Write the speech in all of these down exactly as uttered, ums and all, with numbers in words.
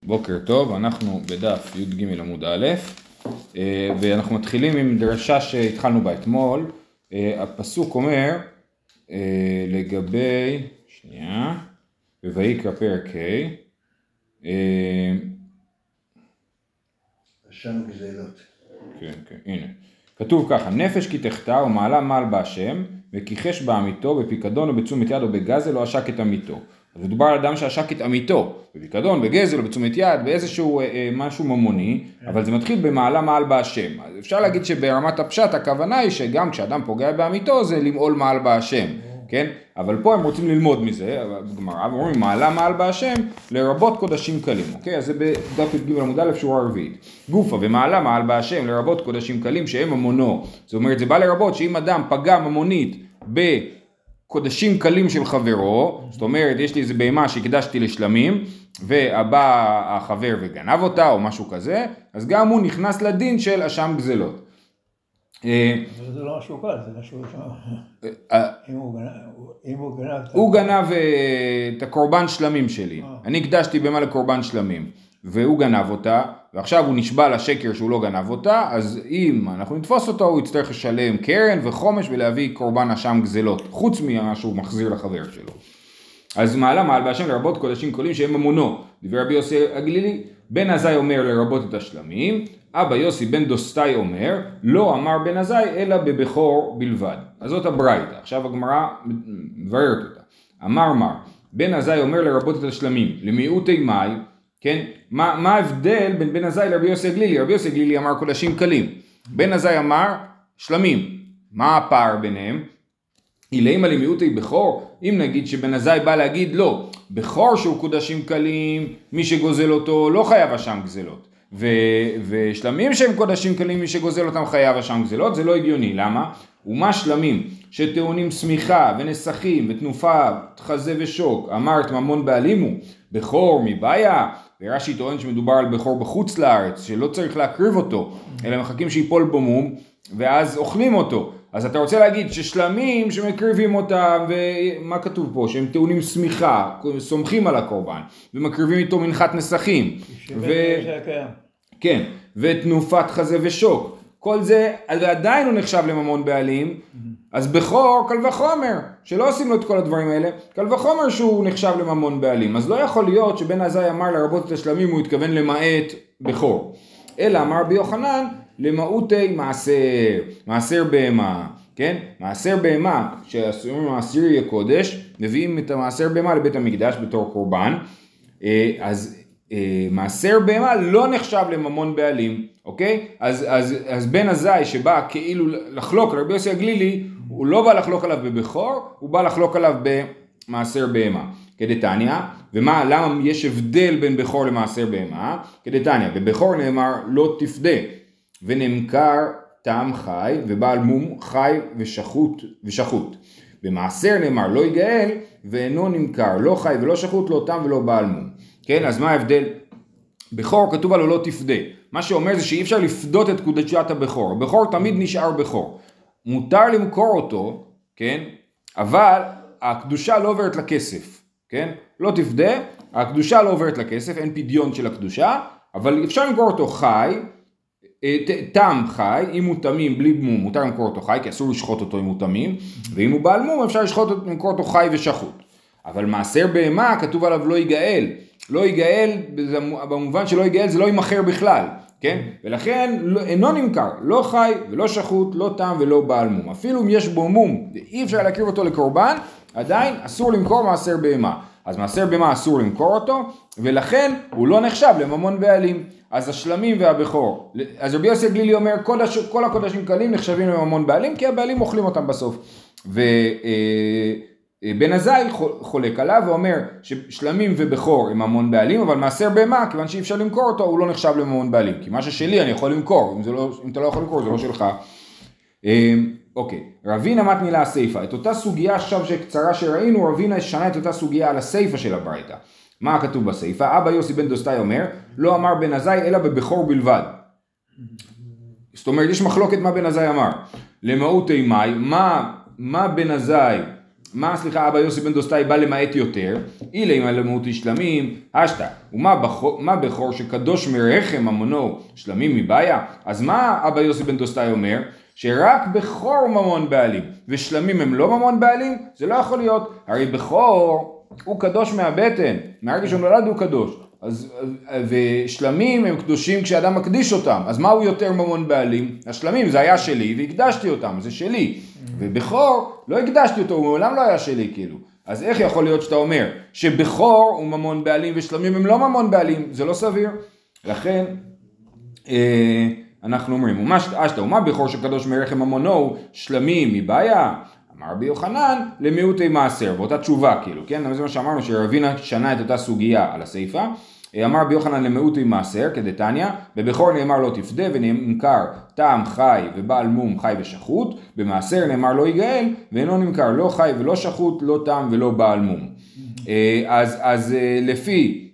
בוקר טוב, אנחנו בדף י"ג עמוד א', ואנחנו מתחילים עם דרשה שהתחלנו בה אתמול. הפסוק אומר לגבי, שנייה, בויקרא פרק ה', השם גזלות. כן, כן, הנה. כתוב ככה, נפש כי תחטא ומעלה מעל בהשם, וכיחש בעמיתו בפיקדון או בתשומת יד או בגזל או עשק את עמיתו. אז מדובר על אדם שעשק את עמיתו, בפיקדון, בגזל או בתשומת יד, באיזשהו אה, משהו ממוני, אבל זה מתחיל במעלה מעל בהשם. אז אפשר להגיד שברמת הפשט הכוונה היא שגם כשאדם פוגע בעמיתו זה למעול מעל בהשם, כן? אבל פה הם רוצים ללמוד מזה, בגמרא, אומרים מעלה מעל בהשם לרבות קודשים קלים, אוקיי? אז זה בדף י"ג עמוד א' שורה רביעית. גופה ומעלה מעל בהשם לרבות קודשים קלים שהם ממונו. זאת אומרת, זה בא לרבות שאם אדם פגע ממונית בקודשים קלים של חברו, זאת אומרת, יש לי איזה בהמה שהקדשתי לשלמים, והבא החבר וגנב אותה או משהו כזה, אז גם הוא נכנס לדין של אשם גזלות. זה לא משהו קל, זה משהו אם הוא גנב... הוא גנב את הקורבן שלמים שלי, אני הקדשתי בהמה לקורבן שלמים, והוא גנב אותה, ועכשיו הוא נשבע לשקר שהוא לא גנב אותה, אז אם אנחנו נתפוס אותו, הוא יצטרך לשלם קרן וחומש ולהביא קורבן אשם גזלות, חוץ ממה שהוא מחזיר לחבר שלו. אז מעלה מעל בהשם לרבות קודשים קלים שהם ממונו. דבר רבי יוסי הגלילי, בן עזאי אומר לרבות את השלמים, אבא יוסי בן דוסטאי אומר, לא אמר בן עזאי אלא בבכור בלבד. אז זאת הברייתא, עכשיו הגמרא מבררת אותה. אמר מר, בן עזאי אומר לרבות את השלמים, למיעוטי מאי, כן? מה, מה ההבדל בין בן עזאי לרבי יוסי הגלילי? רבי יוסי הגלילי אמר קודשים קלים, בן עזאי אמר שלמים. מה הפער ביניהם? אילמה למיעוטי בכור, אם נגיד שבן עזאי בא להגיד לא, בכור שהוא קודשים קלים, מי שגוזל אותו לא חייב אשם גזלות, ו- ושלמים שהם קודשים קלים, מי שגוזל אותם חייב אשם גזלות, זה לא הגיוני, למה? ומה שלמים שטעונים סמיכה ונסחים ותנופה, חזה ושוק, אמרת ממון בעלים הוא, בכור מבעיה, ורש"י טוען שמדובר על בכור בחוץ לארץ, שלא צריך להקריב אותו, אלא מחכים שיפול בו מום, ואז אוכלים אותו. אז אתה רוצה להגיד ששלמים שמקריבים אותם, ומה כתוב פה? שהם טעונים סמיכה, סומכים על הקורבן, ומקריבים איתו מנחת נסחים. ו... כן, ותנופת חזה ושוק. כל זה, עדיין הוא נחשב לממון בעלים, אז בכור, קל וחומר, שלא עושים לו את כל הדברים האלה, קל וחומר שהוא נחשב לממון בעלים. אז לא יכול להיות שבן עזאי אמר לרבות את השלמים, הוא התכוון למעט בכור. אלא אמר ביוחנן, למעוטי מעשר, מעשר בהמה, כן? מעשר בהמה, שעשויים מעשירי הקודש, מביאים את המעשר בהמה לבית המקדש בתור קורבן, אז מעשר בהמה לא נחשב לממון בעלים, אוקיי? אז, אז, אז בן עזאי שבא כאילו לחלוק, רבי יוסי הגלילי, הוא לא בא לחלוק עליו בבכור, הוא בא לחלוק עליו במעשר בהמה. כדתניא, ומה, למה יש הבדל בין בכור למעשר בהמה? כדתניא, בבכור נאמר לא תפדה, ונמכר טעם חי, ובעל מום חי ושחוט ושחוט. במעשר נאמר לא יגאל, ואינו נמכר, לא חי ולא שחוט, לא טעם ולא בעל מום. כן, אז מה ההבדל? בכור כתוב עליו לא תפדה. מה שאומר זה שאי אפשר לפדות את קודשת הבכור. הבכור תמיד נשאר בכור. מותר למכור אותו, כן? אבל הקדושה לא עוברת לכסף. כן? לא תפדה, הקדושה לא עוברת לכסף, אין פדיון של הקדושה, אבל אפשר למכור אותו חי, טעם חי, אם הוא תמים בלי מום, מותר למכור אותו חי, כי אסור לשחוט אותו אם הוא תמים, ואם הוא בעל מום אפשר לשחוט אותו, למכור אותו חי ושחוט. אבל מעשר בהמה כתוב עליו לא יגאל, לא יגאל, במובן שלא יגאל זה לא ימכר בכלל, כן? ולכן אינו נמכר, לא חי ולא שחוט, לא טעם ולא בעל מום. אפילו אם יש בו מום, אי אפשר להקריב אותו לקורבן, עדיין אסור למכור מעשר בהמה. אז מעשר בהמה אסור למכור אותו, ולכן הוא לא נחשב לממון בעלים. אז השלמים והבכור, אז רבי יוסי הגלילי אומר, כל, הש... כל הקודשים קלים נחשבים לממון בעלים, כי הבעלים אוכלים אותם בסוף. ובן עזאי חולק עליו ואומר ששלמים ובכור הם ממון בעלים, אבל מעשר בהמה, כיוון שאי אפשר למכור אותו, הוא לא נחשב לממון בעלים. כי מה ששלי אני יכול למכור, אם, לא, אם אתה לא יכול למכור זה לא שלך. אוקיי, רבינה מתנילה הסייפה, את אותה סוגיה עכשיו שקצרה שראינו, רבינה שנה את אותה סוגיה על הסייפה של הברייתא. מה כתוב בסייפה? אבא יוסי בן דוסטאי אומר, לא אמר בן עזאי אלא בבכור בלבד. זאת אומרת, יש מחלוקת מה בן עזאי אמר. למעוטי מאי, מה, מה בן עזאי מה סליחה אבא יוסי בן דוסטאי בא למעט יותר, אילה אם הלמותי שלמים, השתה, ומה בכור, מה בכור שקדוש מרחם ממונו שלמים מבעיה? אז מה אבא יוסי בן דוסטאי אומר? שרק בכור ממון בעלים, ושלמים הם לא ממון בעלים? זה לא יכול להיות, הרי בכור הוא קדוש מהבטן, מהרגע שהוא נולד הוא קדוש, אז, ושלמים הם קדושים כשאדם מקדיש אותם, אז מה הוא יותר ממון בעלים? השלמים זה היה שלי והקדשתי אותם, זה שלי, ובכור לא הקדשתי אותו, הוא מעולם לא היה שלי כאילו, אז איך יכול להיות שאתה אומר שבכור הוא ממון בעלים ושלמים הם לא ממון בעלים? זה לא סביר, לכן אה, אנחנו אומרים, ומה אשתה, ומה בכור שקדוש מרחם ממונו שלמים מבעיה? אמר רבי יוחנן למיעוטי מעשר, באותה תשובה כאילו, כן? זה מה שאמרנו שרבינה שנה את אותה סוגיה על הסעיפה, אמר רבי יוחנן למיעוטי מעשר כדתניא, בבכור נאמר לא תפדה ונמכר טעם חי ובעל מום חי ושחוט, במעשר נאמר לא יגאל ואינו נמכר לא חי ולא שחוט, לא טעם ולא בעל מום. אז, אז לפי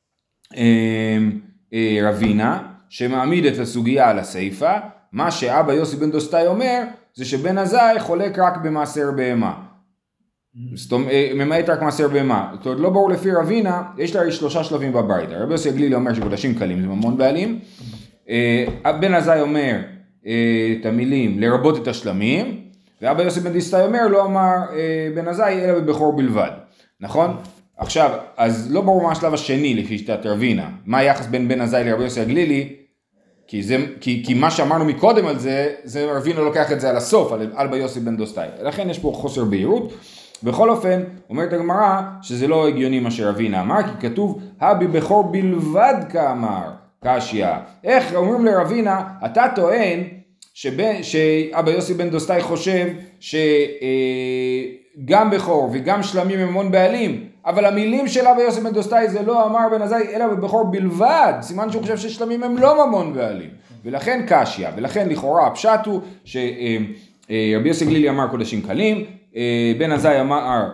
רבינה שמעמיד את הסוגיה על הסעיפה, מה שאבא יוסי בן דוסטאי אומר זה שבן עזאי חולק רק במעשר בהמה, ממעט רק מעשר בהמה. זאת אומרת, לא ברור לפי רבינה, יש לה שלושה שלבים בבית. רבי יוסי הגלילי אומר שקודשים קלים זה ממון בעלים, בן עזאי אומר את המילים לרבות את השלמים, ואבא יוסי בן דוסטאי אומר לא אמר בן עזאי אלא בבכור בלבד, נכון? עכשיו, אז לא ברור מה השלב השני לפי שיטת רבינה, מה היחס בין בן עזאי לרבי יוסי הגלילי, כי, זה, כי, כי מה שאמרנו מקודם על זה, זה רבינה לוקח את זה על הסוף, על אבא יוסי בן דוסטאי, לכן יש פה חוסר בהירות. בכל אופן, אומרת הגמרא שזה לא הגיוני מה שרבינה אמר, כי כתוב הבי בכור בלבד כאמר, קשיא. איך אומרים לרבינה, אתה טוען שבן, שאבא יוסי בן דוסטאי חושב שגם בכור וגם שלמים הם המון בעלים, אבל המילים של אבא יוסי בן דוסטאי זה לא אמר בן עזאי אלא בבכור בלבד, סימן שהוא חושב ששלמים הם לא ממון בעלים, ולכן קשיא, ולכן לכאורה הפשט הוא שרבי יוסי גלילי אמר קודשים קלים, בן עזאי אמר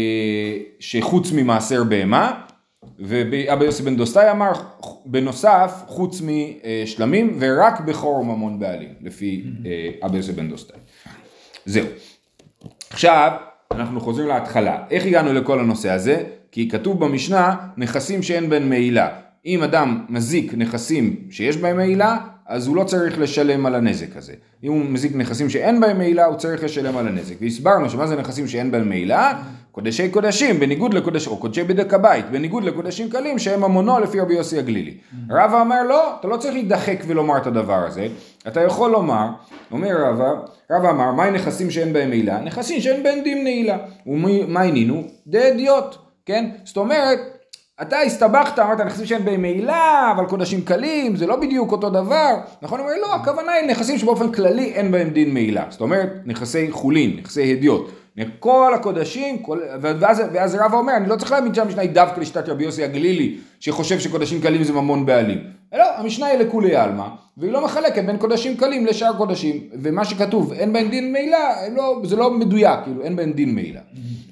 שחוץ ממעשר בהמה, ואבא יוסי בן דוסטאי אמר בנוסף חוץ משלמים ורק בכור ממון בעלים, לפי אבא יוסי בן דוסטאי. זהו. עכשיו אנחנו חוזרים להתחלה. איך הגענו לכל הנושא הזה? כי כתוב במשנה נכסים שאין בהם מעילה. אם אדם מזיק נכסים שיש בהם מעילה, אז הוא לא צריך לשלם על הנזק הזה. אם הוא מזיק נכסים שאין בהם מעילה, הוא צריך לשלם על הנזק. והסברנו שמה זה נכסים שאין בהם מעילה? קודשי קודשים, בניגוד לקודש, או קודשי בדק הבית, בניגוד לקודשים קלים שהם המונו לפי רבי יוסי הגלילי. רבא אמר לא, אתה לא צריך להידחק ולומר את הדבר הזה, אתה יכול לומר, אומר רבא, רבא אמר, מה נכסים שאין בהם מעילה? נכסים שאין בהם דין מעילה. ומה ענינו? דאדיוט, כן? זאת אומרת, אתה הסתבכת, אמרת נכסים שאין בהם מעילה, אבל קודשים קלים, זה לא בדיוק אותו דבר. נכון? אומר, לא, הכוונה היא נכסים שבאופן כללי אין בהם דין מעילה. זאת אומרת, נכסי חולין, נכסי הדיוט. כל הקודשים, כל, ואז, ואז רבא אומר, אני לא צריך להאמין שהמשנה היא דווקא לשיטת רבי יוסי הגלילי, שחושב שקודשים קלים זה ממון בעלים. לא, המשנה היא לכולי עלמא, והיא לא מחלקת בין קודשים קלים לשאר קודשים, ומה שכתוב, אין בהם דין מעילה, לא, זה לא מדויק, כאילו, אין בהם דין מעילה.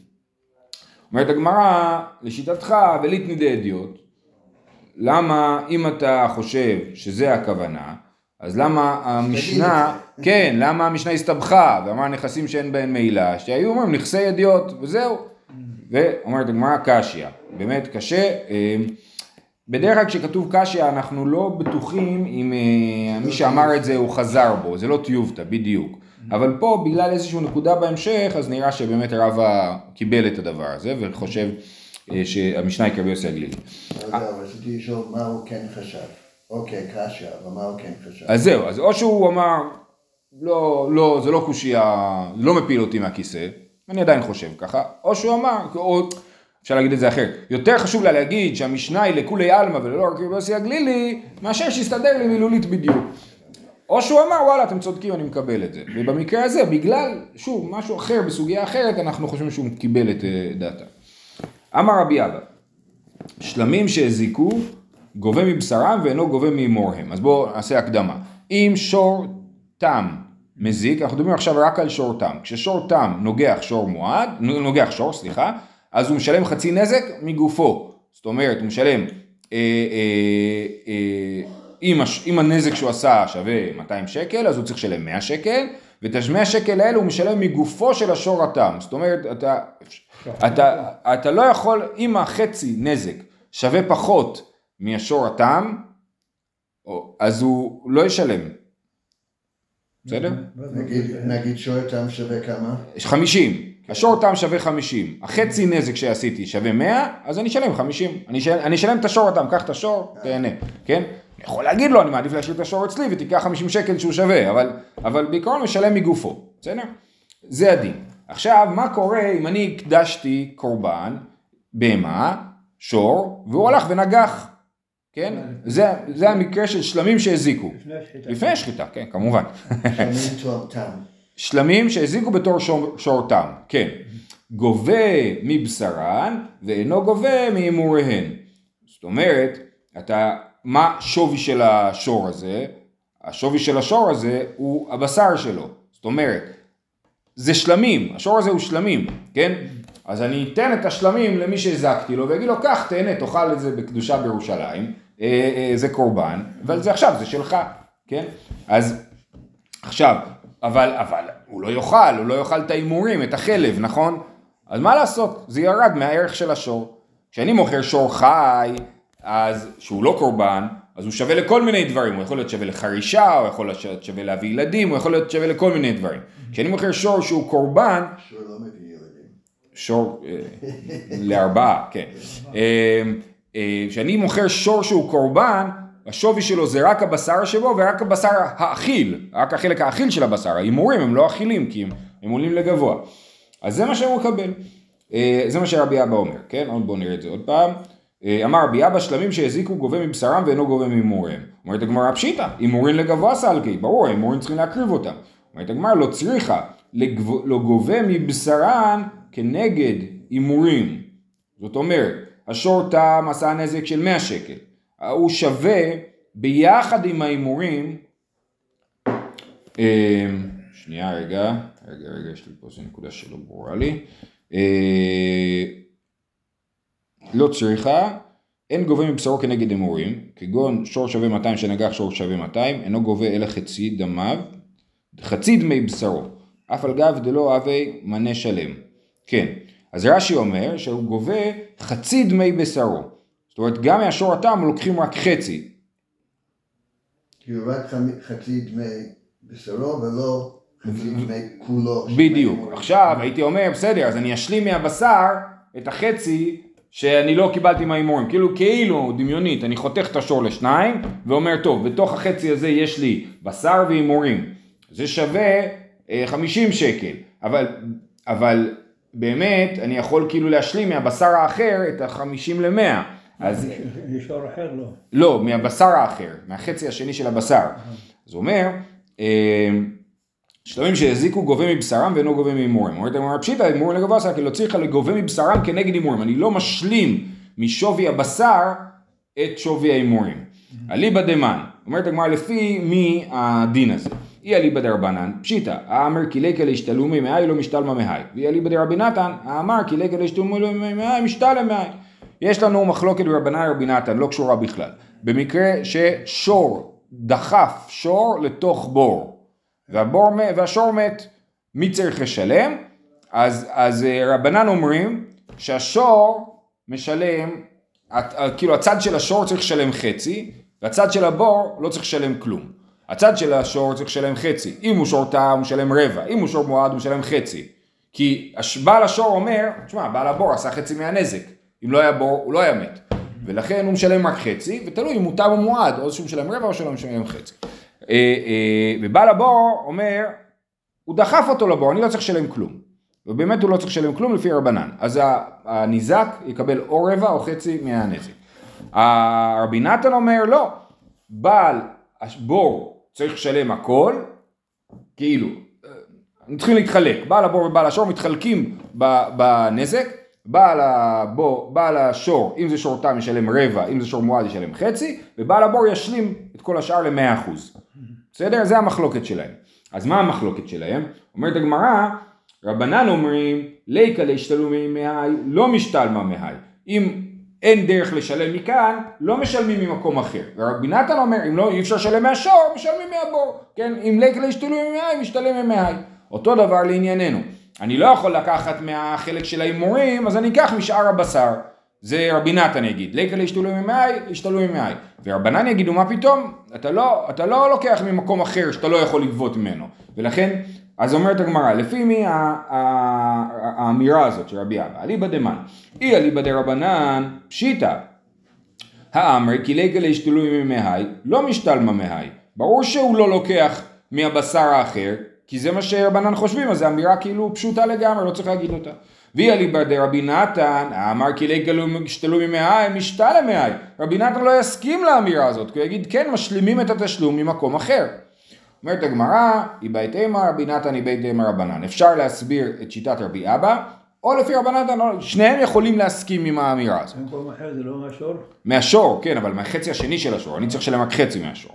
אומרת הגמרא, לשיטתך וליתני דאדיוט, למה אם אתה חושב שזה הכוונה, אז למה המשנה, כן, למה המשנה הסתבכה ואמר נכסים שאין בהם מעילה, שהיו אומרים נכסי אדיוט וזהו. ואומרת הגמרא קשיא, באמת קשה, בדרך כלל כשכתוב קשיא אנחנו לא בטוחים אם מי שאמר את זה הוא חזר בו, זה לא טיובתא בדיוק. אבל פה בגלל איזושהי נקודה בהמשך, אז נראה שבאמת רבא קיבל את הדבר הזה, וחושב שהמשנה היא כרבי יוסי הגלילי. אבל רציתי לשאול מה הוא כן חשב. אוקיי, קשיא, אבל מה הוא כן חשב? אז זהו, אז או שהוא אמר, לא, לא, זה לא קושיה, לא מפיל אותי מהכיסא, אני עדיין חושב ככה, או שהוא אמר, או, אפשר להגיד את זה אחר, יותר חשוב לה להגיד שהמשנה היא לכולי עלמא ולא רק כרבי יוסי הגלילי, מאשר שיסתדר לי מילולית בדיוק. או שהוא אמר, וואלה, אתם צודקים, אני מקבל את זה. ובמקרה הזה, בגלל, שוב, משהו אחר, בסוגיה אחרת, אנחנו חושבים שהוא קיבל את דעתה. אמר רבי אבא, שלמים שהזיקו, גובה מבשרם ואינו גובה ממורהם. אז בואו נעשה הקדמה. אם שור תם מזיק, אנחנו מדברים עכשיו רק על שור תם. כששור תם נוגח שור מועד, נוגח שור, סליחה, אז הוא משלם חצי נזק מגופו. זאת אומרת, הוא משלם... אה, אה, אה, אם, אם הנזק שהוא עשה שווה מאתיים שקל, אז הוא צריך לשלם מאה שקל, ותשמי השקל האלה הוא משלם מגופו של השור התם. זאת אומרת, אתה, אתה, אתה לא יכול, אם החצי נזק שווה פחות מהשור התם, אז הוא לא ישלם. בסדר? נגיד שור התם שווה כמה? חמישים. השור התם שווה חמישים. החצי נזק שעשיתי שווה מאה, אז אני אשלם חמישים. אני אשלם, אני אשלם את השור התם, קח את השור, תהנה. כן? אני יכול להגיד לו, אני מעדיף להשאיר את השור אצלי ותיקח חמישים שקל שהוא שווה, אבל, אבל בעיקרון משלם מגופו. בסדר? זה הדין. עכשיו, מה קורה אם אני הקדשתי קורבן, בהמה, שור, והוא הלך ונגח? כן? זה, זה המקרה של שלמים שהזיקו. לפני השחיטה. לפני השחיטה, כן, כמובן. שלמים תם. שלמים שהזיקו בתור שור, שור תם, כן. גובה מבשרן ואינו גובה מאמוריהן. זאת אומרת, אתה, מה שווי של השור הזה? השווי של השור הזה הוא הבשר שלו. זאת אומרת, זה שלמים, השור הזה הוא שלמים, כן? אז אני אתן את השלמים למי שהזקתי לו, ויגיד לו, קח, תהנה, תאכל את זה בקדושה בירושלים, אה, אה, זה קורבן, אבל זה עכשיו, זה שלך, כן? אז עכשיו, אבל, אבל הוא לא יאכל, הוא לא יאכל את האימורים, את החלב, נכון? אז מה לעשות? זה ירד מהערך של השור. כשאני מוכר שור חי, אז שהוא לא קורבן, אז הוא שווה לכל מיני דברים, הוא יכול להיות שווה לחרישה, הוא יכול להיות שווה להביא ילדים, הוא יכול להיות שווה לכל מיני דברים. כשאני מוכר שור שהוא קורבן, שור לא מביא ילדים. שור לארבעה, כן. כשאני מוכר שור שהוא קורבן, השווי שלו זה רק הבשר שבו ורק הבשר האכיל, רק החלק האכיל של הבשר. האימורים הם לא אכילים כי הם, הם עולים לגבוה. אז זה מה שהוא מקבל. זה מה שרבי אבא אומר, כן? בואו נראה את זה עוד פעם. אמר רבי אבא, שלמים שהזיקו גובה מבשרם ואינו גובה מאימוריהם. אומרת הגמרא פשיטא, אימורים לגבוה סלקי, ברור, האימורים צריכים להקריב אותם. אומרת הגמרא, לא צריכה, לא גובה מבשרן כנגד אימורים. זאת אומרת, השור תם עשה נזק של מאה שקל. הוא שווה ביחד עם האימורים, שנייה רגע, רגע רגע, יש לי פה איזו נקודה שלא ברורה לי. לא צריכה, אין גובה מבשרו כנגד אימורים, כגון שור שווה מאתיים שנגח שור שווה מאתיים, אינו גובה אלא חצי דמיו, חצי דמי בשרו, אף על גב דלא אבי מנה שלם. כן, אז רש"י אומר שהוא גובה חצי דמי בשרו. זאת אומרת, גם מהשור התם לוקחים רק חצי. כאילו רק חצי דמי בשרו ולא חצי דמי כולו. בדיוק. עכשיו הייתי אומר, בסדר, אז אני אשלים מהבשר את החצי שאני לא קיבלתי מהאימורים. כאילו, כאילו, דמיונית, אני חותך את השור לשניים ואומר, טוב, בתוך החצי הזה יש לי בשר ואימורים. זה שווה חמישים שקל. אבל, אבל באמת, אני יכול כאילו להשלים מהבשר האחר את ה-חמישים למאה. אז לשור אחר לא. לא, מהבשר האחר, מהחצי השני של הבשר. אז הוא אומר, שלמים שהזיקו גובה מבשרם ואינו גובה מאימורים. אומרת, אמר פשיטא, אימורים לגבוה סלקי, לא צריכה לגובה מבשרם כנגד אימורים. אני לא משלים משווי הבשר את שווי האימורים. אליבא דמן, אומרת הגמרא, לפי מי הדין הזה? היא אליבא דרבנן, פשיטא, האמר כי ליקה להשתלומי מאי לא משתלמה מאי. והיא אליבא דרבי נתן, האמר כי ליקה להשתלומי מאי משתלם מאי. יש לנו מחלוקת ברבנן רבי נתן, לא קשורה בכלל. במקרה ששור דחף שור לתוך בור, והבור, והשור מת, מי צריך לשלם? אז, אז רבנן אומרים שהשור משלם, כאילו הצד של השור צריך לשלם חצי, והצד של הבור לא צריך לשלם כלום. הצד של השור צריך לשלם חצי. אם הוא שור טעם הוא משלם רבע, אם הוא שור מועד הוא משלם חצי. כי בעל השור אומר, תשמע, בעל הבור עשה חצי מהנזק. אם לא היה בור, הוא לא היה מת. ולכן הוא משלם רק חצי, ותלוי אם הוא טעם או מועד, או שהוא משלם רבע או שהוא משלם חצי. ובעל הבור אומר, הוא דחף אותו לבור, אני לא צריך לשלם כלום. ובאמת הוא לא צריך לשלם כלום לפי רבנן. אז הניזק יקבל או רבע או חצי מהנזק. רבי נתן אומר, לא, בעל הבור צריך לשלם הכל, כאילו, הם צריכים להתחלק. בעל הבור ובעל השור מתחלקים בנזק, בעל, הבור, בעל השור, אם זה שור תם ישלם רבע, אם זה שור מועד ישלם חצי, ובעל הבור ישלים את כל השאר ל-מאה אחוז. בסדר? זה המחלוקת שלהם. אז מה המחלוקת שלהם? אומרת הגמרא, רבנן אומרים, ליקה להשתלומי מהי, לא משתלמה מהי. אם אין דרך לשלם מכאן, לא משלמים ממקום אחר. ורבי נתן אומר, אם לא, אי אפשר לשלם מהשור, משלמים מהבור. כן? אם ליקה להשתלו ממאי, משתלם ממאי. אותו דבר לענייננו. אני לא יכול לקחת מהחלק של האימורים, אז אני אקח משאר הבשר. זה רבי נתן יגיד, ליקה להשתלו ממאי, השתלו ממאי. ורבנן יגידו, מה פתאום? אתה לא, אתה לא לוקח ממקום אחר שאתה לא יכול לגבות ממנו. ולכן, אז אומרת הגמרא, לפי מי האמירה הזאת של רבי אבא? אליבא דמן. אי אליבא דרבנן פשיטא. האמר כי ליקה להשתלו ממאי, לא משתלמה מאי. ברור שהוא לא לוקח מהבשר האחר, כי זה מה שרבנן חושבים, אז זו אמירה כאילו פשוטה לגמרי, לא צריך להגיד אותה. ואי אליבא דרבי נתן, האמר כי ליקה להשתלו ממאי, משתלם מאי. רבי נתן לא יסכים לאמירה הזאת, כי הוא יגיד כן משלימים את התשלום ממקום אחר. אומרת הגמרא, היא בית אימה רבי נתן, היא בית אימה רבנן. אפשר להסביר את שיטת רבי אבא, או לפי רבי נתן, שניהם יכולים להסכים עם האמירה הזאת. במקום אחר זה לא מהשור? מהשור, כן, אבל מהחצי השני של השור, אני צריך לשלם רק חצי מהשור.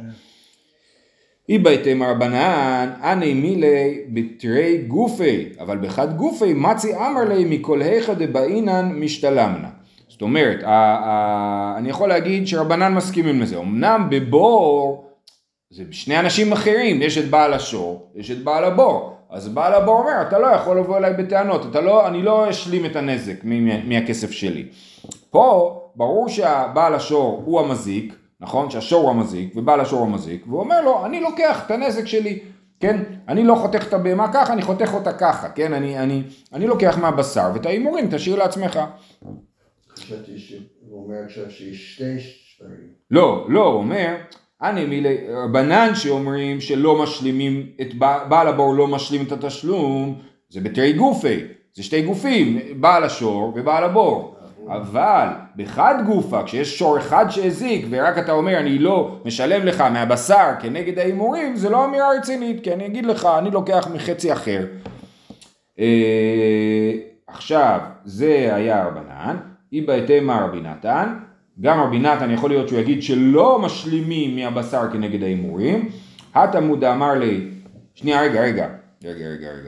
היא בית אימה רבנן, אני מילי בתרי גופי, אבל בחד גופי מצי אמר לי מכל היכא דבעינן משתלמנה. זאת אומרת, אני יכול להגיד שרבנן מסכימים לזה, אמנם בבור, זה שני אנשים אחרים, יש את בעל השור, יש את בעל הבור. אז בעל הבור אומר, אתה לא יכול לבוא אליי בטענות, אתה לא, אני לא אשלים את הנזק מהכסף שלי. פה ברור שהבעל השור הוא המזיק, נכון? שהשור הוא המזיק, ובעל השור הוא המזיק, והוא אומר לו, אני לוקח את הנזק שלי, כן? אני לא חותך את הבהמה ככה, אני חותך אותה ככה, כן? אני, אני, אני לוקח מהבשר, ואת האימורים תשאיר לעצמך. חשבתי שהוא אומר עכשיו שיש שתי שברים. לא, לא, הוא אומר, אני מילי, רבנן שאומרים שלא משלימים, את בעל הבור לא משלים את התשלום, זה בתרי גופי, זה שתי גופים, בעל השור ובעל הבור. אבל בחד גופה, כשיש שור אחד שהזיק, ורק אתה אומר אני לא משלם לך מהבשר כנגד האימורים, זה לא אמירה רצינית, כי אני אגיד לך, אני לוקח מחצי אחר. עכשיו, זה היה רבנן, היא בהתאמה רבי נתן, גם רבי נתן יכול להיות שהוא יגיד שלא משלימים מהבשר כנגד האימורים. התלמוד אמר לי, שנייה רגע רגע, רגע רגע רגע.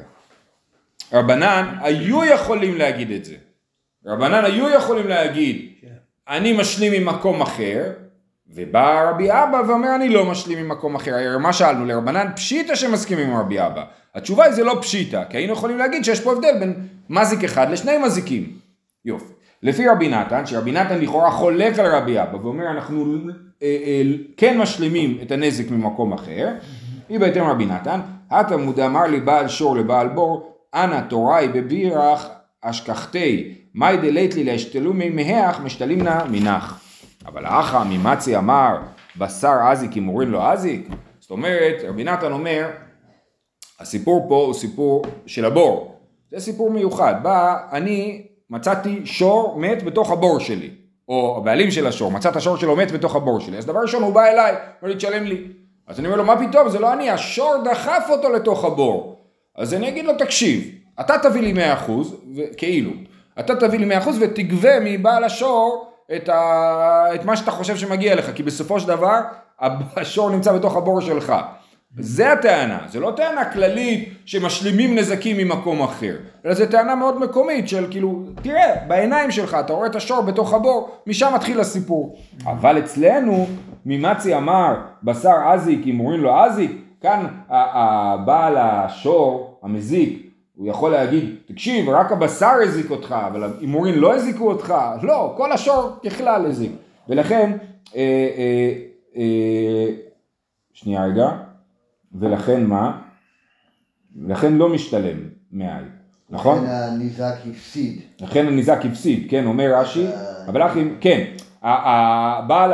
רבנן היו יכולים להגיד את זה. רבנן היו יכולים להגיד, אני משלים ממקום אחר, ובא רבי אבא ואומר אני לא משלים ממקום אחר. מה שאלנו לרבנן? פשיטה שמסכימים עם רבי אבא. התשובה היא זה לא פשיטה, כי היינו יכולים להגיד שיש פה הבדל בין מזיק אחד לשני מזיקים. יופי. לפי רבי נתן, שרבי נתן לכאורה חולק על רבי אבא, ואומר אנחנו אה, אה, כן משלימים את הנזק ממקום אחר, היא בהתאם רבי נתן, התלמוד אמר לי בעל שור לבעל בור, אנא תוראי בבירח אשכחתי, מאי דלית לי להשתלו ממהח משתלים נא מנח. אבל האחא ממצי אמר, בשר אזיק אימורין לא אזיק. זאת אומרת, רבי נתן אומר, הסיפור פה הוא סיפור של הבור. זה סיפור מיוחד. בא, אני מצאתי שור מת בתוך הבור שלי. או הבעלים של השור, מצא את השור שלו מת בתוך הבור שלי. אז דבר ראשון הוא בא אליי, אומר לי תשלם לי. אז אני אומר לו, מה פתאום? זה לא אני, השור דחף אותו לתוך הבור. אז אני אגיד לו, תקשיב, אתה תביא לי מאה אחוז, כאילו, אתה תביא לי מאה אחוז ותגבה מבעל השור את, ה... את מה שאתה חושב שמגיע לך, כי בסופו של דבר, השור נמצא בתוך הבור שלך. זה הטענה, זה לא טענה כללית שמשלימים נזקים ממקום אחר, אלא זה טענה מאוד מקומית של כאילו, תראה, בעיניים שלך אתה רואה את השור בתוך הבור, משם מתחיל הסיפור. אבל אצלנו, ממצי אמר, בשר אזיק, אימורין לא אזיק, כאן הבעל השור, המזיק, הוא יכול להגיד, תקשיב, רק הבשר הזיק אותך, אבל האימורין לא הזיקו אותך, לא, כל השור ככלל הזיק. ולכן, אה, אה, אה, שנייה רגע, ולכן מה? לכן לא משתלם מאי, נכון? לכן הניזק הפסיד. לכן הניזק הפסיד, כן, אומר רש"י, אבל אחי, כן, הבעל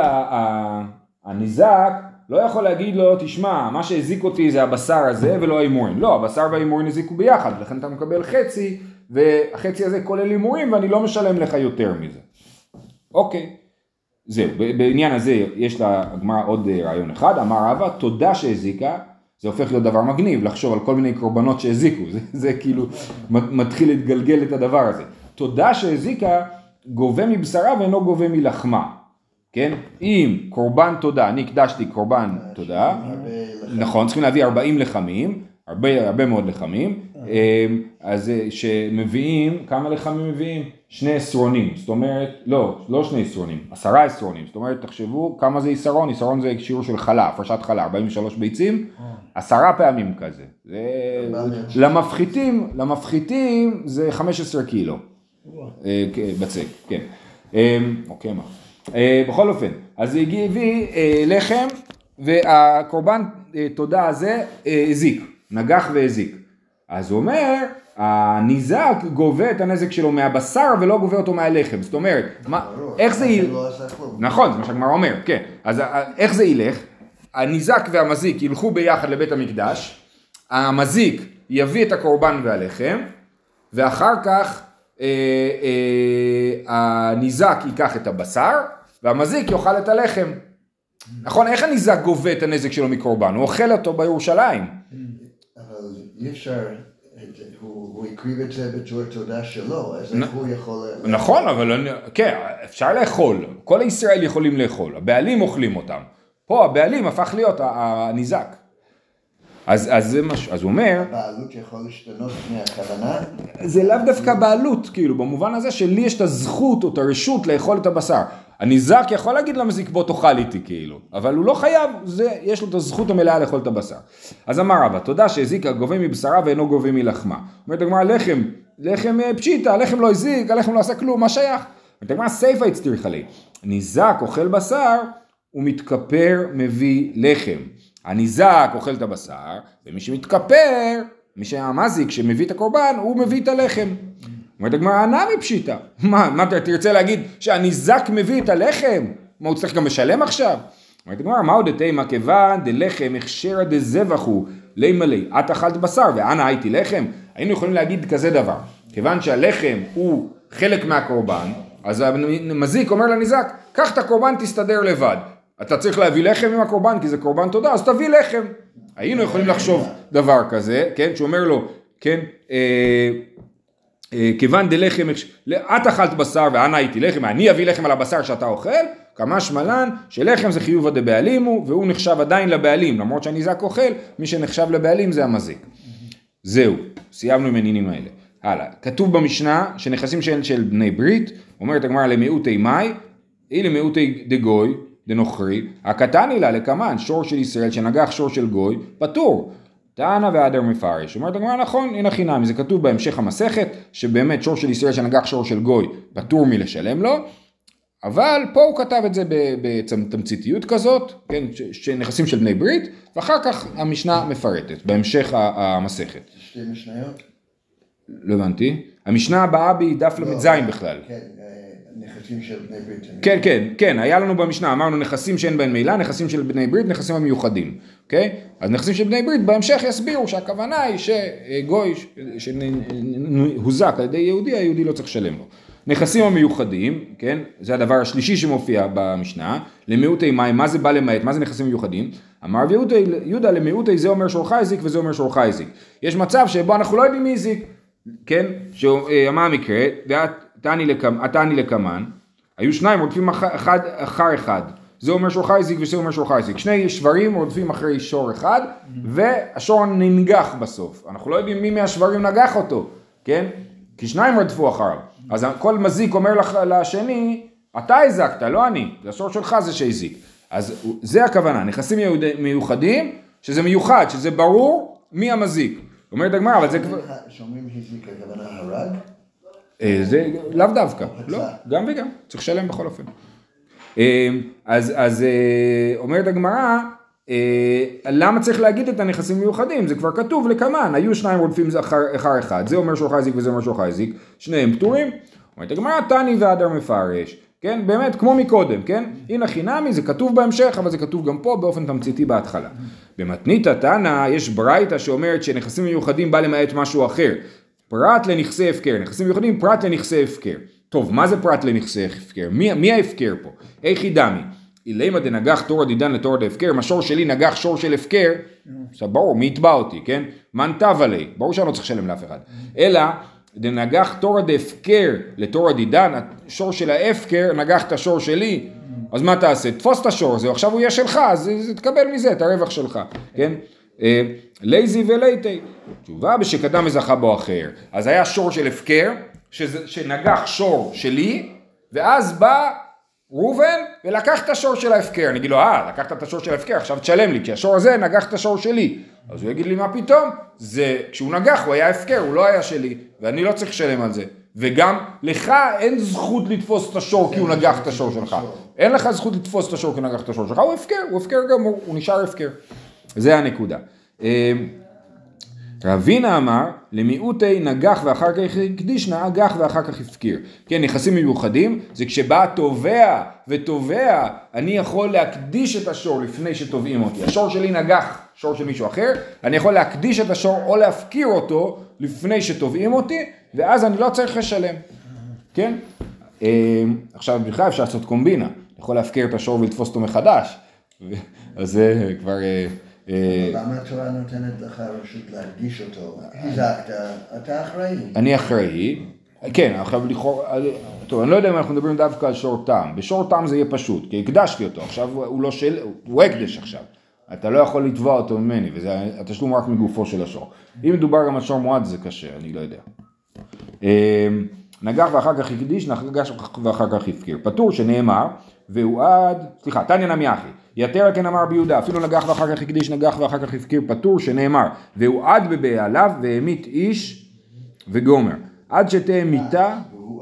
הניזק לא יכול להגיד לו, תשמע, מה שהזיק אותי זה הבשר הזה ולא האימורין. לא, הבשר והאימורין הזיקו ביחד, לכן אתה מקבל חצי, והחצי הזה כולל אימורים, ואני לא משלם לך יותר מזה. אוקיי, זהו, בעניין הזה יש לגמרא עוד רעיון אחד, אמר רבא, תודה שהזיקה, זה הופך להיות דבר מגניב, לחשוב על כל מיני קורבנות שהזיקו, זה, זה כאילו מתחיל להתגלגל את הדבר הזה. תודה שהזיקה גובה מבשרה ואינו גובה מלחמה. כן? אם קורבן תודה, אני הקדשתי קורבן תודה, נכון, צריכים להביא ארבעים לחמים, הרבה, הרבה מאוד לחמים, אז שמביאים, כמה לחמים מביאים? שני עשרונים, זאת אומרת, לא, לא שני עשרונים, עשרה עשרונים, זאת אומרת, תחשבו כמה זה עשרון, עשרון זה שיעור של חלה, הפרשת חלה, ארבעים ושלוש ביצים, עשרה פעמים כזה, זה, למפחיתים, למפחיתים זה חמש עשרה קילו, בצק, כן, אוקיי, מה, בכל אופן, אז היא הביא לחם, והקורבן תודה הזה הזיק, נגח והזיק. אז הוא אומר, הניזק גובה את הנזק שלו מהבשר ולא גובה אותו מהלחם. זאת אומרת, מה, איך זה ילך? נכון, זה מה שהגמרא אומר, כן. אז איך זה ילך? הניזק והמזיק ילכו ביחד לבית המקדש, המזיק יביא את הקורבן והלחם, ואחר כך אה, אה, הניזק ייקח את הבשר, והמזיק יאכל את הלחם. נכון, איך הניזק גובה את הנזק שלו מקורבן? הוא אוכל אותו בירושלים. אבל אי אפשר, הוא הקריב את זה בצורה תודה שלו, אז איך הוא יכול... נכון, אבל כן, אפשר לאכול, כל הישראל יכולים לאכול, הבעלים אוכלים אותם. פה הבעלים הפך להיות הניזק. אז, אז זה משהו, אז הוא אומר... הבעלות יכול להשתנות מהכוונה? זה לאו דווקא בעלות, כאילו, במובן הזה שלי יש את הזכות או את הרשות לאכול את הבשר. הניזק יכול להגיד למזיק בוא תאכל איתי, כאילו, אבל הוא לא חייב, זה, יש לו את הזכות המלאה לאכול את הבשר. אז אמר רבא, תודה שהזיק גובה מבשרה ואינו גובה מלחמה. אומרת הגמרא, לחם, לחם פשיטה, הלחם לא הזיק, הלחם לא עשה כלום, מה שייך? אומרת הגמרא, סייפה הצטריך עלי. ניזק אוכל בשר, הוא מתכפר מביא לחם. הניזק אוכל את הבשר, ומי שמתכפר, מי שהמזיק שמביא את הקורבן, הוא מביא את הלחם. אומרת הגמרא, נמי פשיטה. מה, מה אתה תרצה להגיד שהניזק מביא את הלחם? מה, הוא צריך גם לשלם עכשיו? אומרת הגמרא, מהו דתימה כיוון דלחם הכשר דזבח הוא לימלא, את אכלת בשר ואנה הייתי לחם? היינו יכולים להגיד כזה דבר, כיוון שהלחם הוא חלק מהקורבן, אז המזיק אומר לניזק, קח את הקורבן תסתדר לבד. אתה צריך להביא לחם עם הקורבן, כי זה קורבן תודה, אז תביא לחם. היינו יכולים לחשוב דבר כזה, כן, שאומר לו, כן, אה, אה, כיוון דלחם, את אכלת בשר ואנה הייתי לחם, אני אביא לחם על הבשר שאתה אוכל, כמה שמלן, שלחם זה חיוב דבעלים הוא, והוא נחשב עדיין לבעלים, למרות שהניזק אוכל, מי שנחשב לבעלים זה המזיק. זהו, סיימנו עם העניינים האלה. הלאה, כתוב במשנה שנכסים של, של בני ברית, אומרת הגמרא למיעוטי מאי, היא למיעוטי דגוי, דנוכרי, הקטני לה לקמן, שור של ישראל שנגח שור של גוי, פטור. טענה והדר מפרש. אומרת הגמרא, נכון, הנה חינמי, זה כתוב בהמשך המסכת, שבאמת שור של ישראל שנגח שור של גוי, פטור מלשלם לו, אבל פה הוא כתב את זה בתמציתיות כזאת, כן, שנכסים של בני ברית, ואחר כך המשנה מפרטת, בהמשך המסכת. שתי משניות? לא הבנתי. המשנה הבאה בי דף למ"ז בכלל. כן, נכסים של בני ברית. כן, כן, כן, היה לנו במשנה, אמרנו נכסים שאין בהם מילה, נכסים של בני ברית, נכסים המיוחדים, אוקיי? אז נכסים של בני ברית בהמשך יסבירו שהכוונה היא שגוי שהוזק על ידי יהודי, היהודי לא צריך לשלם לו. נכסים המיוחדים, כן, זה הדבר השלישי שמופיע במשנה, למיעוטי מים, מה זה בא למעט, מה זה נכסים מיוחדים? אמר יהודה למיעוטי זה אומר שורך הזיק וזה אומר שורך הזיק. יש מצב שבו אנחנו לא יודעים מי הזיק, כן, מה המקרה, ועתני לקמן, היו שניים רודפים אחד אחר אחד, זה אומר שורך הזיק וזה אומר שורך הזיק, שני שברים רודפים אחרי שור אחד, והשור ננגח בסוף, אנחנו לא יודעים מי מהשברים נגח אותו, כן, כי שניים רדפו אחריו, אז כל מזיק אומר לשני, אתה הזקת, לא אני, זה השור שלך זה שהזיק, אז זה הכוונה, נכסים מיוחדים, שזה מיוחד, שזה ברור מי המזיק, אומרת הגמרא, אבל זה כבר... שאומרים הזיק הכוונה הרג? זה לאו דווקא, לא, גם וגם, צריך לשלם בכל אופן. אז, אז אומרת הגמרא, למה צריך להגיד את הנכסים מיוחדים? זה כבר כתוב לכמן, היו שניים רודפים אחר אחד, זה אומר שורך הזיק וזה אומר שורך הזיק, שניהם פטורים. אומרת הגמרא, תני והדר מפרש, כן, באמת כמו מקודם, כן, הנה חינמי, זה כתוב בהמשך, אבל זה כתוב גם פה באופן תמציתי בהתחלה. במתנית התנא יש ברייתא שאומרת שנכסים מיוחדים בא למעט משהו אחר, פרט לנכסי הפקר, נכסים מיוחדים פרט לנכסי הפקר. טוב, מה זה פרט לנכסי הפקר? מי, מי ההפקר פה? איך ידמי? אילמה דנגח תורא דידן לתורא דהפקר, אם השור שלי נגח שור של הפקר, עכשיו ברור, מי יתבע אותי, כן? מן טבע לי, ברור שאני לא צריך לשלם לאף אחד. אלא, דנגח תורא דהפקר לתורא דידן, השור של ההפקר נגח את השור שלי, אז מה תעשה? תפוס את השור הזה, עכשיו הוא יהיה שלך, אז תקבל מזה את הרווח שלך, כן? לייזי ולייטי, תשובה בשקדם וזכה בו אחר. אז היה שור של הפקר, שנגח שור שלי, ואז בא ראובן ולקח את השור של ההפקר. אני אגיד לו, אה, לקחת את השור של ההפקר, עכשיו תשלם לי, כי השור הזה נגח את השור שלי. אז הוא יגיד לי, מה פתאום? זה, כשהוא נגח הוא היה הפקר, הוא לא היה שלי, ואני לא צריך לשלם על זה. וגם לך אין זכות לתפוס את השור כי הוא נגח את השור שלך. אין לך זכות לתפוס את השור כי הוא נגח את השור שלך, הוא הפקר, הוא הפקר גמור, הוא נשאר הפקר. זה הנקודה. רבינה אמר, למיעוטי נגח ואחר כך הקדיש, נגח ואחר כך הפקיר. כן, נכסים מיוחדים, זה כשבא תובע ותובע, אני יכול להקדיש את השור לפני שתובעים אותי. השור שלי נגח, שור של מישהו אחר, אני יכול להקדיש את השור או להפקיר אותו לפני שתובעים אותי, ואז אני לא צריך לשלם. כן? עכשיו בכלל אפשר לעשות קומבינה, יכול להפקיר את השור ולתפוס אותו מחדש. אז זה כבר... למה התורה נותנת לך רשות להקדיש אותו? הזקת, אתה אחראי. אני אחראי, כן, עכשיו לכאורה, טוב, אני לא יודע אם אנחנו מדברים דווקא על שור תם, בשור תם זה יהיה פשוט, כי הקדשתי אותו, עכשיו הוא לא של, הוא הקדש עכשיו, אתה לא יכול לתבוע אותו ממני, וזה התשלום רק מגופו של השור. אם מדובר גם על שור מועד זה קשה, אני לא יודע. נגח ואחר כך הקדיש, נגח ואחר כך הפקיר. פטור שנאמר, והוא עד, סליחה, תניא נמי אחי, יתר כן אמר ביהודה, אפילו נגח ואחר כך הקדיש, נגח ואחר כך הפקיר. פטור שנאמר, והוא עד בבעליו והמית איש וגומר. עד שתהיה מיתה,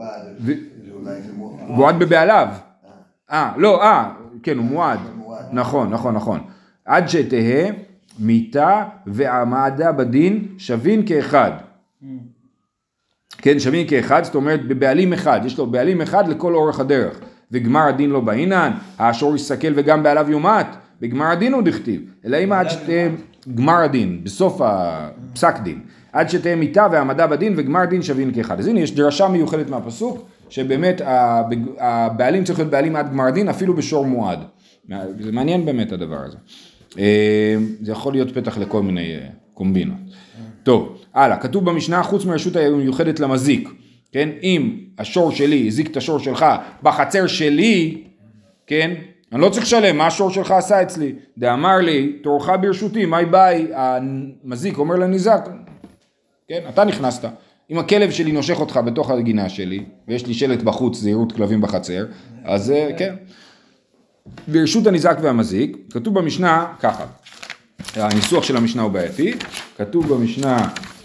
והוא עד בבעליו. אה, לא, אה, כן, הוא מועד. נכון, נכון, נכון. עד שתהיה מיתה ועמדה בדין שווין כאחד. כן, שווין כאחד, זאת אומרת בבעלים אחד, יש לו בעלים אחד לכל אורך הדרך, וגמר הדין לא בעינן, השור יסתכל וגם בעליו יומת, בגמר הדין הוא דכתיב, אלא אם עד שתהיה גמר הדין, בסוף הפסק דין, עד שתהיה מיתה והעמדה בדין וגמר דין שווין כאחד. אז הנה יש דרשה מיוחדת מהפסוק, שבאמת הבעלים צריך להיות בעלים עד גמר הדין, אפילו בשור מועד. זה מעניין באמת הדבר הזה. זה יכול להיות פתח לכל מיני קומבינות. טוב, הלאה, כתוב במשנה, חוץ מרשות המיוחדת למזיק, כן, אם השור שלי הזיק את השור שלך בחצר שלי, כן, אני לא צריך לשלם, מה השור שלך עשה אצלי? דאמר לי, תורך ברשותי, מה ביי, המזיק אומר לניזק, כן, אתה נכנסת, אם הכלב שלי נושך אותך בתוך הגינה שלי, ויש לי שלט בחוץ, זהירות כלבים בחצר, אז כן, ברשות הניזק והמזיק, כתוב במשנה ככה, הניסוח של המשנה הוא בעייתי, כתוב במשנה,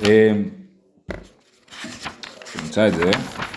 נמצא את זה,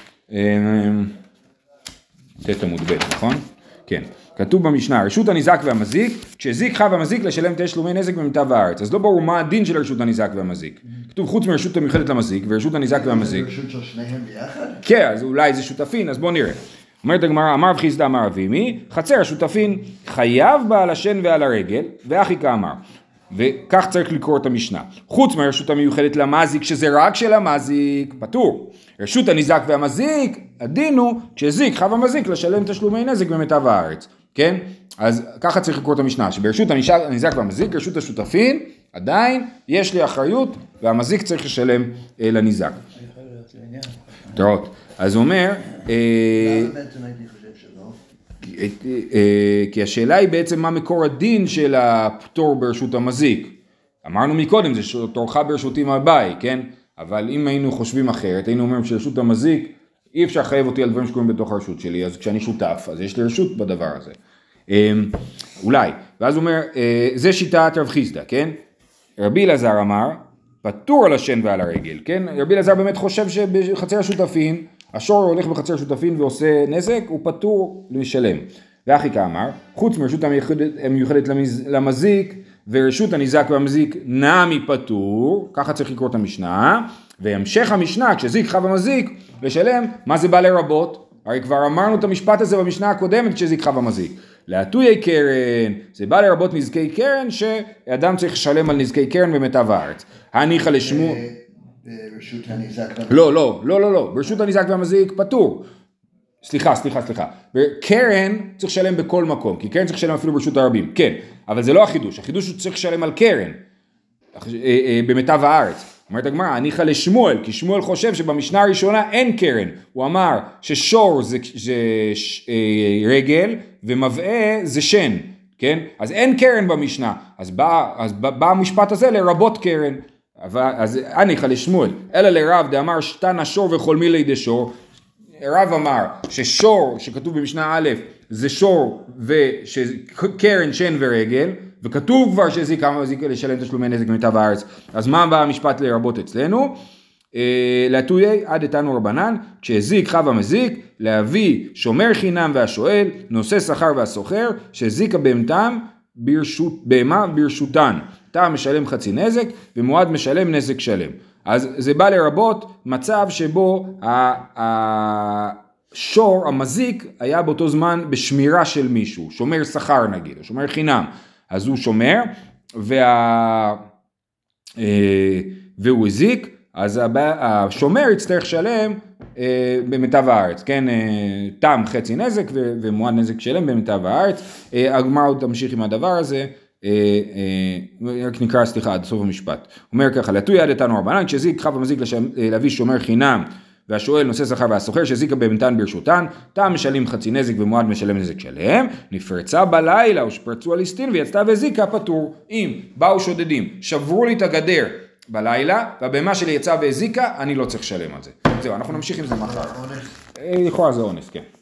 תת עמוד ב', נכון? כן, כתוב במשנה, רשות הניזק והמזיק, כשהזיק חב המזיק לשלם תשלומי נזק במיטב הארץ, אז לא ברור מה הדין של רשות הניזק והמזיק, כתוב חוץ מרשות המיוחדת למזיק ורשות הניזק והמזיק. זה רשות של שניהם ביחד? כן, אז אולי זה שותפין, אז בואו נראה. אומרת הגמרא, אמר וחיסדא אמר אבימי, חצר השותפין חייב בעל השן ועל הרגל, ואחי כאמר. וכך צריך לקרוא את המשנה. חוץ מהרשות המיוחדת למזיק, שזה רק של המזיק, פטור. רשות הניזק והמזיק, הדין הוא, כשהזיק חב המזיק לשלם תשלומי נזק במיטב הארץ. כן? אז ככה צריך לקרוא את המשנה, שברשות הניזק והמזיק, רשות השותפין, עדיין יש לי אחריות, והמזיק צריך לשלם אה, לניזק. תראות, אז הוא אומר, כי השאלה היא בעצם מה מקור הדין של הפטור ברשות המזיק. אמרנו מקודם, זה תורך ברשותי מהביי, כן? אבל אם היינו חושבים אחרת, היינו אומרים שרשות המזיק, אי אפשר לחייב אותי על דברים שקורים בתוך הרשות שלי, אז כשאני שותף, אז יש לי רשות בדבר הזה. אולי, ואז הוא אומר, זה שיטת רב חיסדא, כן? רבי אלעזר אמר, פטור על השן ועל הרגל, כן? רבי אלעזר באמת חושב שבחצר השותפין, השור הולך בחצר השותפין ועושה נזק, הוא פטור לשלם. ואחי כאמר, חוץ מרשות המיוחדת למזיק, ורשות הניזק והמזיק נמי פטור, ככה צריך לקרוא את המשנה, והמשך המשנה, כשזיק חב המזיק, לשלם, מה זה בא לרבות? הרי כבר אמרנו את המשפט הזה במשנה הקודמת, כשזיק חב המזיק. להטויי קרן, זה בא לרבות נזקי קרן, שאדם צריך לשלם על נזקי קרן במיטב הארץ. הניחא לשמו... ברשות הניזק והמזיק. לא, לא, לא, לא, לא, ברשות הניזק והמזיק פטור. סליחה, סליחה, סליחה. קרן צריך לשלם בכל מקום, כי קרן צריך לשלם אפילו ברשות הרבים. כן, אבל זה לא החידוש. החידוש הוא צריך לשלם על קרן, במיטב הארץ. אומרת הגמרא, הניחא לשמואל, כי שמואל חושב שבמשנה הראשונה אין קרן. הוא אמר ששור זה, זה ש, רגל ומבעה זה שן. כן? אז אין קרן במשנה, אז בא, אז בא, בא המשפט הזה לרבות קרן, אבל, אז אני חלי שמואל, אלא לרב דאמר שתן השור וחולמי לידי שור, רב אמר ששור שכתוב במשנה א' זה שור וקרן שן ורגל, וכתוב כבר שהזיק כמה הזיק לשלם תשלומי נזק במיטב הארץ, אז מה בא המשפט לרבות אצלנו? להטויי עד איתנו רבנן, כשהזיק חב המזיק, להביא שומר חינם והשואל, נושא שכר והסוחר, שהזיקה בהמתם ברשות, בהמה ברשותן, טעם משלם חצי נזק ומועד משלם נזק שלם. אז זה בא לרבות מצב שבו השור המזיק היה באותו זמן בשמירה של מישהו, שומר שכר נגיד, או שומר חינם, אז הוא שומר וה... והוא הזיק, אז השומר יצטרך שלם במיטב הארץ, כן, תם חצי נזק ומועד נזק שלם במיטב הארץ. הגמרא עוד תמשיך עם הדבר הזה, רק נקרא סליחה עד סוף המשפט. אומר ככה, להטויי עד איתנו רבנן, כשזיק חב המזיק להביא שומר חינם והשואל נושא שכר והסוחר שהזיקה בהמתן ברשותן, תם משלם חצי נזק ומועד משלם נזק שלם, נפרצה בלילה או שפרצו על ליסטין ויצתה והזיקה פטור. אם באו שודדים, שברו לי את הגדר בלילה, והבהמה שלי יצאה והזיקה, אני לא צריך לשלם על זה. זהו, אנחנו נמשיך עם זה מחר. לכאורה זה אונס, כן.